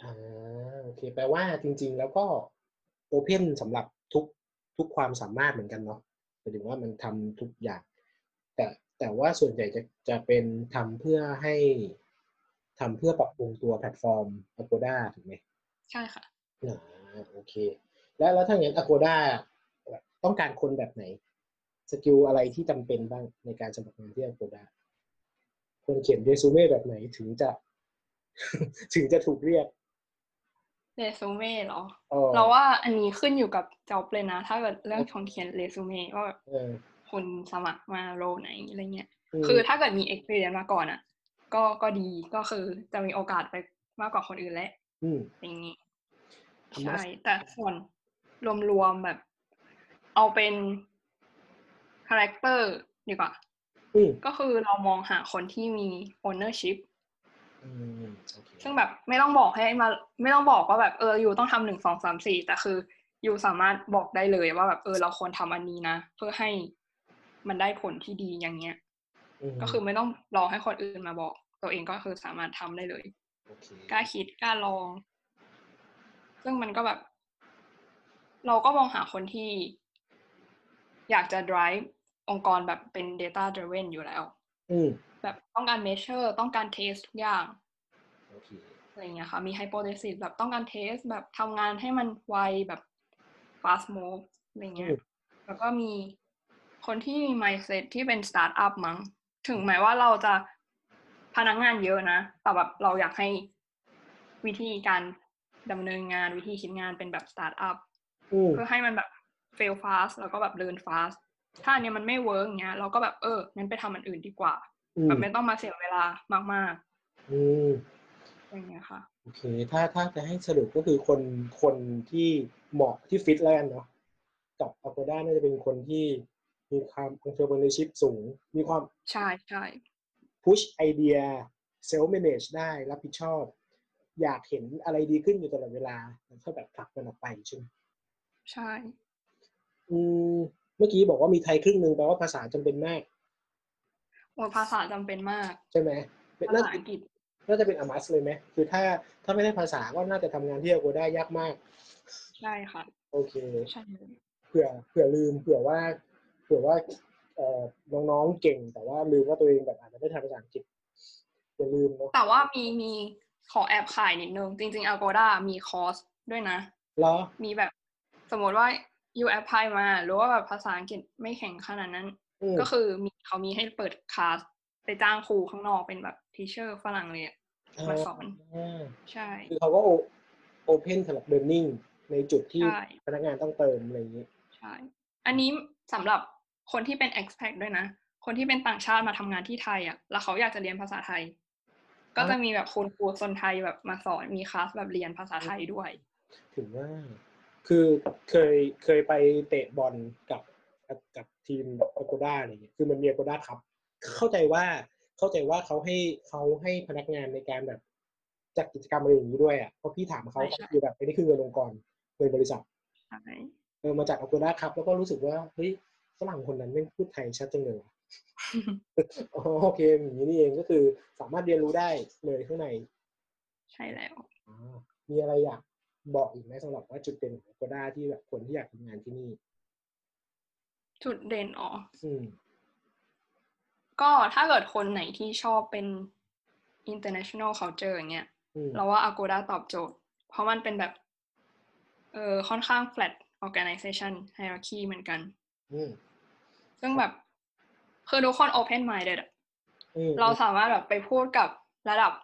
อ่โอเคแปลว่าจริงๆแล้วก็โอเพนสำหรับทุกความสามารถเหมือนกันเนาะหมายถึงว่ามันทำทุกอย่างแต่แต่ว่าส่วนใหญ่จะเป็นทำเพื่อให้ทำเพื่อปรับปรุงตัวแพลตฟอร์ม Agoda ถูกไหมใช่ค่ะอ่โอเคแล้วถ้าอย่างนั้น Agoda ต้องการคนแบบไหนสกิลอะไรที่จำเป็นบ้างในการสมัครงานที่ Agoda ควรเขียนเรซูเม่แบบไหนถึงจะถึงจะถูกเรียกเรซูเม่เหรอเออเราว่าอันนี้ขึ้นอยู่กับจ็อบเลยนะถ้าเกิดเรื่องของเขียนเรซูเม่ว่าแบบเออคุณสมัครมาโรไหนอะไรเงี้ยอืคือถ้ามเกิดมี experience มาก่อนอ่ะก็ดีก็คือจะมีโอกาสไปมากกว่าคนอื่นและอืมอย่างนี้ธรรมะใช่แต่ส่วนรวมๆแบบเอาเป็นคาแรคเตอร์ดีกว่าอืมก็คือเรามองหาคนที่มี ownership อืมโอเคซึ่งแบบไม่ต้องบอกให้มาไม่ต้องบอกว่าแบบอยู่ต้องทำ1 2 3 4แต่คืออยู่สามารถบอกได้เลยว่าแบบเราควรทำอันนี้นะเพื่อให้มันได้ผลที่ดีอย่างเงี้ยอืก็คือไม่มต้องรอให้คนอื่นมาบอกตัวเองก็คือสามารถทำได้เลยโอเคกล้าคิดกล้าลองซึ่งมันก็แบบเราก็มองหาคนที่อยากจะ drive องค์กรแบบเป็น data driven อยู่แล้วอืมแบบต้องการ measure ต้องการ test ทุกอย่างโอเคอะไรเงี้ยค่ะมี hypothesis แบบต้องการ test แบบทำงานให้มันไวแบบ fast move อะไรเงี้ยอืมแล้วก็มีคนที่มี mindset ที่เป็น startup มั้งถึงแม้ว่าเราจะพนักงานเยอะนะแต่แบบเราอยากให้วิธีการดำเนินงานวิธีคิดงานเป็นแบบ startup อืมเพื่อให้มันแบบ fail fast แล้วก็แบบ learn fast ถ้าอันเนี้ยมันไม่เวิร์กเงี้ยเราก็แบบงั้นไปทำอันอื่นดีกว่าอืมแบบไม่ต้องมาเสียเวลามากอืมๆอย่างเงี้ยค่ะโอเคถ้าจะให้สรุปก็คือคนที่เหมาะที่ฟิตแล้วกันเนาะกับ Agoda น่าจะเป็นคนที่มีความ entrepreneurship สูงมีความใช่ใช่ push ไอเดีย self manage ได้รับผิดชอบอยากเห็นอะไรดีขึ้นอยู่ตลอดเวลาแล้วก็แบบผลักมันออกไปใช่ไหมใช่อืมเมื่อกี้บอกว่ามีไทยครึ่งหนึ่งแปลว่าภาษาจำเป็นมากโอ้ภาษาจำเป็นมากใช่ไหมภาน่าษาอังกฤษน่าจะเป็นอมัสเลยไหมคือถ้าไม่ได้ภาษาก็น่าจะทำงานที่ Agoda ยากมากใช่ค่ะโอเคใช่เลยเผื่อลืมเผื่อว่าเอ่อน้องๆเก่งแต่ว่าลืมว่าตัวเองแบบอาจจะไม่ทำภาษาอังกฤษอย่าลืมเนาะแต่ว่ามีขอแอบขายนิดนึงจริงๆ Agoda มีคอร์สด้วยนะเหรอมีแบบสมมติว่า you apply มาหรือว่าแบบภาษาอังกฤษไม่แข็งขนาดนั้นอืมก็คือเขามีให้เปิดคลาสไปจ้างครูข้างนอกเป็นแบบทีเชอร์ฝรั่งเลยอ๋มาสอนอใช่คือเขาก็โอเพนสำหรับ learning ในจุดที่ใช่พนักงานต้องเติมอะไรอย่างนี้ใช่ อันนี้สำหรับคนที่เป็น expat ด้วยนะ คนที่เป็นต่างชาติมาทำงานที่ไทยอ่ะแล้วเขาอยากจะเรียนภาษาไทย ก็อ๋อจะมีแบบคุณครูคนไทยแบบมาสอนมีคลาสแบบเรียนภาษาไทยด้วยถึงว่าคือเคยเคยไปเตะบอลกับทีมแบบ Agoda อะไรอย่างเงี้ยคือมันมี Agoda ครับเข้าใจว่าเข้าใจว่าเขาให้พนักงานในการแบบจัดกิจกรรมอะไรอย่างนี้ด้วยอ่ะเพราะพี่ถามเขาใช่ใช่คือแบบอันนี้คือเงินองค์กรเงินบริษัทใช่มาจาก Agoda ครับแล้วก็รู้สึกว่าเฮ้ยฝรั่งคนนั้นไม่พูดไทยชัดจังเลยว่ะอ๋อโอเคอย่างนี้นี่เองก็คือสามารถเรียนรู้ได้เลยข้างในใช่แล้วอ๋อมีอะไรอยากบอกอีกไหมสำหรับว่าจุดเด่นของ Agoda ที่แบบคนที่อยากทำงานที่นี่จุดเด่นอ๋ออืมก็ถ้าเกิดคนไหนที่ชอบเป็น international culture อย่างเงี้ยอืมเราว่า Agoda ตอบโจทย์ เพราะมันเป็นแบบค่อนข้าง flat organization hierarchy เหมือนกันอืมซึ่งแบบคือทุกคน open minded อะอืมเราอืมสามารถแบบไปพูดกับระดับ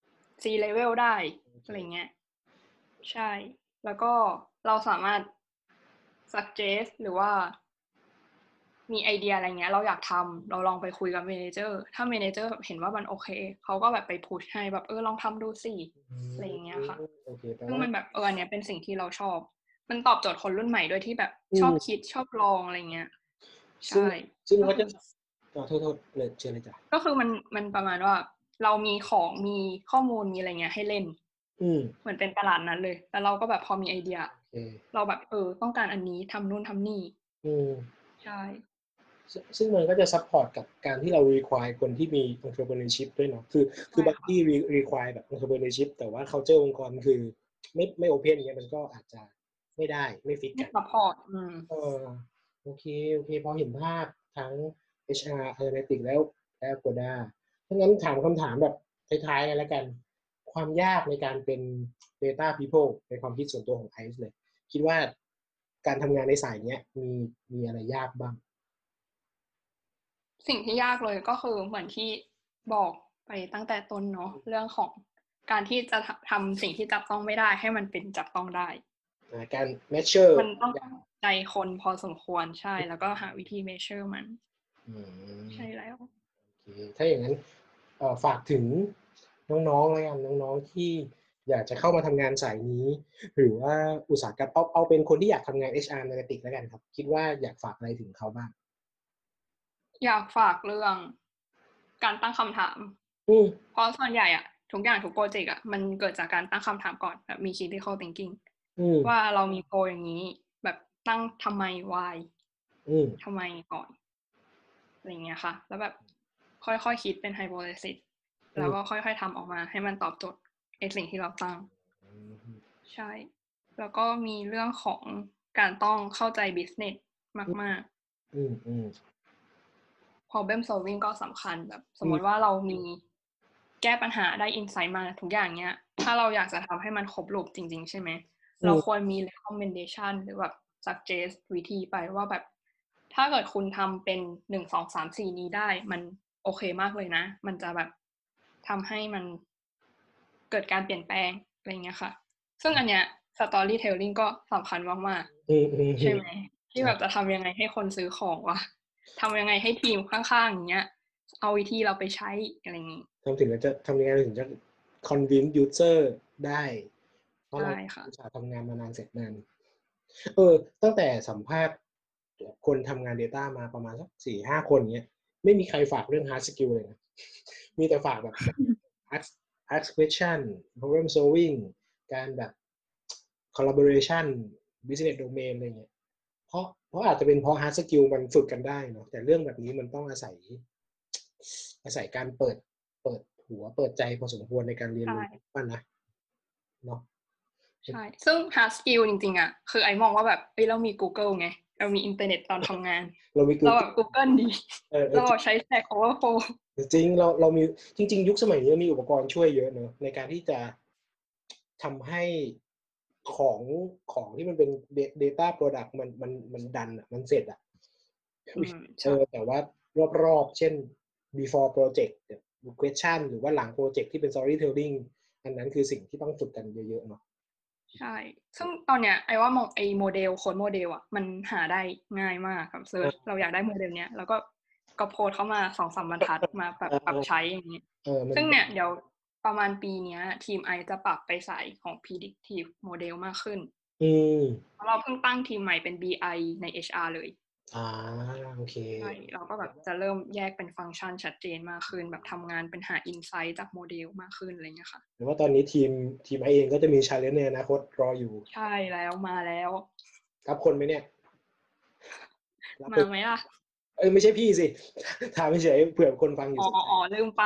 C level ได้โอเคอะไรเงี้ยใช่แล้วก็เราสามารถ suggest หรือว่ามีไอเดียอะไรเงี้ยเราอยากทำเราลองไปคุยกับเมเนเจอร์ถ้าเมเนเจอร์เห็นว่ามันโอเคเขาก็แบบไปพุชให้แบบลองทำดูสิอือะไรอย่างเงี้ยค่ะมโอเคแปลว่าซึ่งมันแบบอันเนี้ยเป็นสิ่งที่เราชอบมันตอบโจทย์คนรุ่นใหม่ด้วยที่แบบอืมชอบคิดชอบลองอะไรเงี้ยซึ่งใช่ซึ่งก็คือเขาจะโทษเลยเชิญเลยจ้ะก็คือมันประมาณว่าเรามีของมีข้อมูลมีอะไรเงี้ยให้เล่นอืมเหมือนเป็นตลาดนั้นเลยแล้วเราก็แบบพอมีไอเดียโอเคเราแบบต้องการอันนี้ทำนู่นทำนี่อืมใช่ซึ่งมันก็จะซัพพอร์ตกับการที่เรา require คนที่มี entrepreneurship ด้วยเนาะคือบางที่ require แบบ entrepreneurship แต่ว่า culture องค์กรคือไม่ open อย่างเงี้ยมันก็อาจจะไม่ฟิตกันซัพพอร์ตเออโอเคพอเห็นภาพทั้ง HR Analytics แล้ว Agoda ถ้างั้นถามคำถามแบบท้ายๆกันแล้วกัน ความยากในการเป็น Data People ในความคิดส่วนตัวของไอซ์เลย คิดว่าการทำงานในสายเนี้ยมีอะไรยากบ้างสิ่งที่ยากเลยก็คือเหมือนที่บอกไปตั้งแต่ต้นเนาะเรื่องของการที่จะทำสิ่งที่จับต้องไม่ได้ให้มันเป็นจับต้องได้การ measure มันต้องใจคนพอสมควรใช่แล้วก็หาวิธี measure มันใช่แล้วโอเคถ้าอย่างนั้นฝากถึงน้องๆแล้วกันน้องๆที่อยากจะเข้ามาทำงานสายนี้หรือว่าอุตสาหกรรมเอาเป็นคนที่อยากทำงาน HR Analytics แล้วกันครับคิดว่าอยากฝากอะไรถึงเขาบ้างอยากฝากเรื่องการตั้งคำถามเพราะส่วนใหญ่อะทุกอย่างทุกโปรเจกต์อะมันเกิดจากการตั้งคำถามก่อนแบบมี critical thinking ว่าเรามีโปรอย่างนี้แบบตั้งทำไม why ทำไมก่อนอะไรเงี้ยค่ะแล้วแบบค่อยๆคิดเป็น hypothesis แล้วก็ค่อยๆทำออกมาให้มันตอบโจทย์ไอ้สิ่งที่เราตั้งใช่แล้วก็มีเรื่องของการต้องเข้าใจ business มากๆproblem solving ก็สำคัญแบบสมมติว่าเรามีแก้ปัญหาได้ insight มาทุกอย่างเนี้ยถ้าเราอยากจะทำให้มันครบลูปจริงๆใช่ไหมเราควรมี recommendation หรือแบบ suggest วิธีไปว่าแบบถ้าเกิดคุณทำเป็น1 2 3 4นี้ได้มันโอเคมากเลยนะมันจะแบบทำให้มันเกิดการเปลี่ยนแปลงอะไรเงี้ยค่ะซึ่งอันเนี้ย storytelling ก็สำคัญมากๆใช่ไหมที่แบบจะทำยังไงให้คนซื้อของวะทำยังไงให้ทีมข้างๆอย่างเงี้ยเอาวิธีเราไปใช้อะไรอย่างงี้ทำยังไงถึงจะ convince user ได้เพราะเราอุตส่าห์ทำงานมานานเสร็จนานตั้งแต่สัมภาษณ์คนทำงาน Data มาประมาณสัก4-5 คนเนี้ยไม่มีใครฝากเรื่อง hard skill เลยนะมีแต่ฝากแบบ ask question problem solving การแบบ collaboration business domain อะไรเงี้ยเพราะอาจจะเป็นเพราะ hard skill มันฝึกกันได้เนาะแต่เรื่องแบบนี้มันต้องอาศัยการเปิดหัวเปิดใจพอสมควรในการเรียนรู้มันนะเนาะใช่ซึ่ง hard skill จริงๆอ่ะคือไอ้มองว่าแบบเรามี Google ไงเรามีอินเทอร์เน็ตตอนทำงานเรามีเราแบบ Google ดีเราใช้ Stack Overflow จริงเรามีจริงๆยุคสมัยนี้มีอุปกรณ์ช่วยเยอะเนอะในการที่จะทำให้ของที่มันเป็น data product มันดันอ่ะมันเสร็จอ่ะแต่ว่ารอบๆเช่น before project question หรือว่าหลังโปรเจกต์ที่เป็น storytelling อันนั้นคือสิ่งที่ต้องฝึกกันเยอะๆเนาะใช่ซึ่งตอนเนี้ยไอ้ว่ามองไอ้โมเดลโค้ดโมเดลอ่ะมันหาได้ง่ายมากครับเซิร์ชเราอยากได้โมเดลเนี้ยแล้วก็โพสเข้ามา2-3 บรรทัดมาแบบปรับใช้อย่างนี้ซึ่งเนี่ยเดี๋ยวประมาณปีนี้ทีมไอจะปรับไปใส่ของ predictive model มากขึ้นเราเพิ่งตั้งทีมใหม่เป็น BI ใน HR เลยโอเคใช่เราก็แบบจะเริ่มแยกเป็นฟังก์ชันชัดเจนมากขึ้นแบบทำงานเป็นหาอินไซต์จากโมเดลมากขึ้นอะไรเงี้ยค่ะหรือว่าตอนนี้ทีมไอเองก็จะมี challenge ในอนาคตรออยู่ใช่แล้วมาแล้วรับคนไหมเนี่ยมาไหมล่ะไม่ใช่พี่สิถามเฉยเผื่อคนฟังอยู่อ๋อลืมไป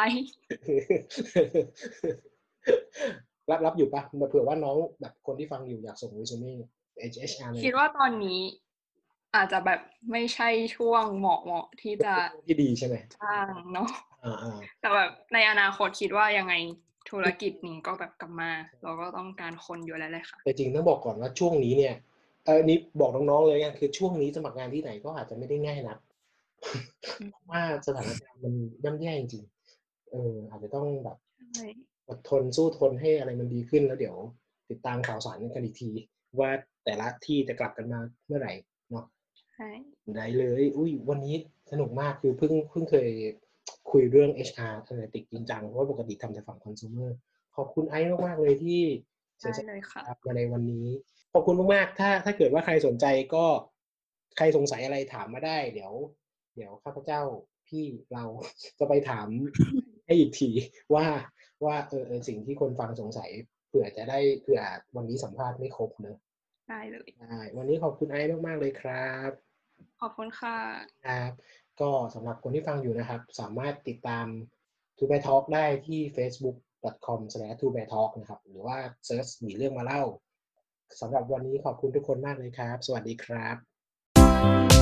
รับอยู่ปะเผื่อว่าน้องแบบคนที่ฟังอยู่อยากส่ง resume HR เลยคิดว่าตอนนี้อาจจะแบบไม่ใช่ช่วงเหมาะที่จะที่ดีใช่ไหมจ้างเนาะแต่แบบในอนาคตคิดว่ายังไงธุรกิจนี้ก็แบบกลับมาเราก็ต้องการคนอยู่แล้วเลยค่ะแต่จริงต้องบอกก่อนว่าช่วงนี้เนี่ยนี่บอกน้องๆเลยกันคือช่วงนี้สมัครงานที่ไหนก็อาจจะไม่ได้ง่ายนักเพราะว่าสถานการณ์มันย่ำแย่จริงอาจจะต้องแบบอดทนสู้ทนให้อะไรมันดีขึ้นแล้วเดี๋ยวติดตามข่าวสารกันอีกทีว่าแต่ละที่จะกลับกันมาเมื่อไหร่เนาะได้เลยวันนี้สนุกมากคือเพิ่งเคยคุยเรื่อง HR Analytics จริงจังเพราะว่าปกติทำแต่ฝั่ง consumer ขอบคุณไอซ์มากๆเลยที่เสียสละมาในวันนี้ขอบคุณมากๆถ้าเกิดว่าใครสนใจก็ใครสงสัยอะไรถามมาได้เดี๋ยวข้าพเจ้าพี่เราจะไปถามให้อีกทีว่าสิ่งที่คนฟังสงสัยเผื่อวันนี้สัมภาษณ์ไม่ครบเนอะได้เลยได้วันนี้ขอบคุณไอซ์มากๆเลยครับขอบคุณค่ะครับก็สำหรับคนที่ฟังอยู่นะครับสามารถติดตาม Two Bear Talk ได้ที่ facebook.com/twobeartalk นะครับหรือว่าเซิร์ชมีเรื่องมาเล่าสำหรับวันนี้ขอบคุณทุกคนมากเลยครับสวัสดีครับ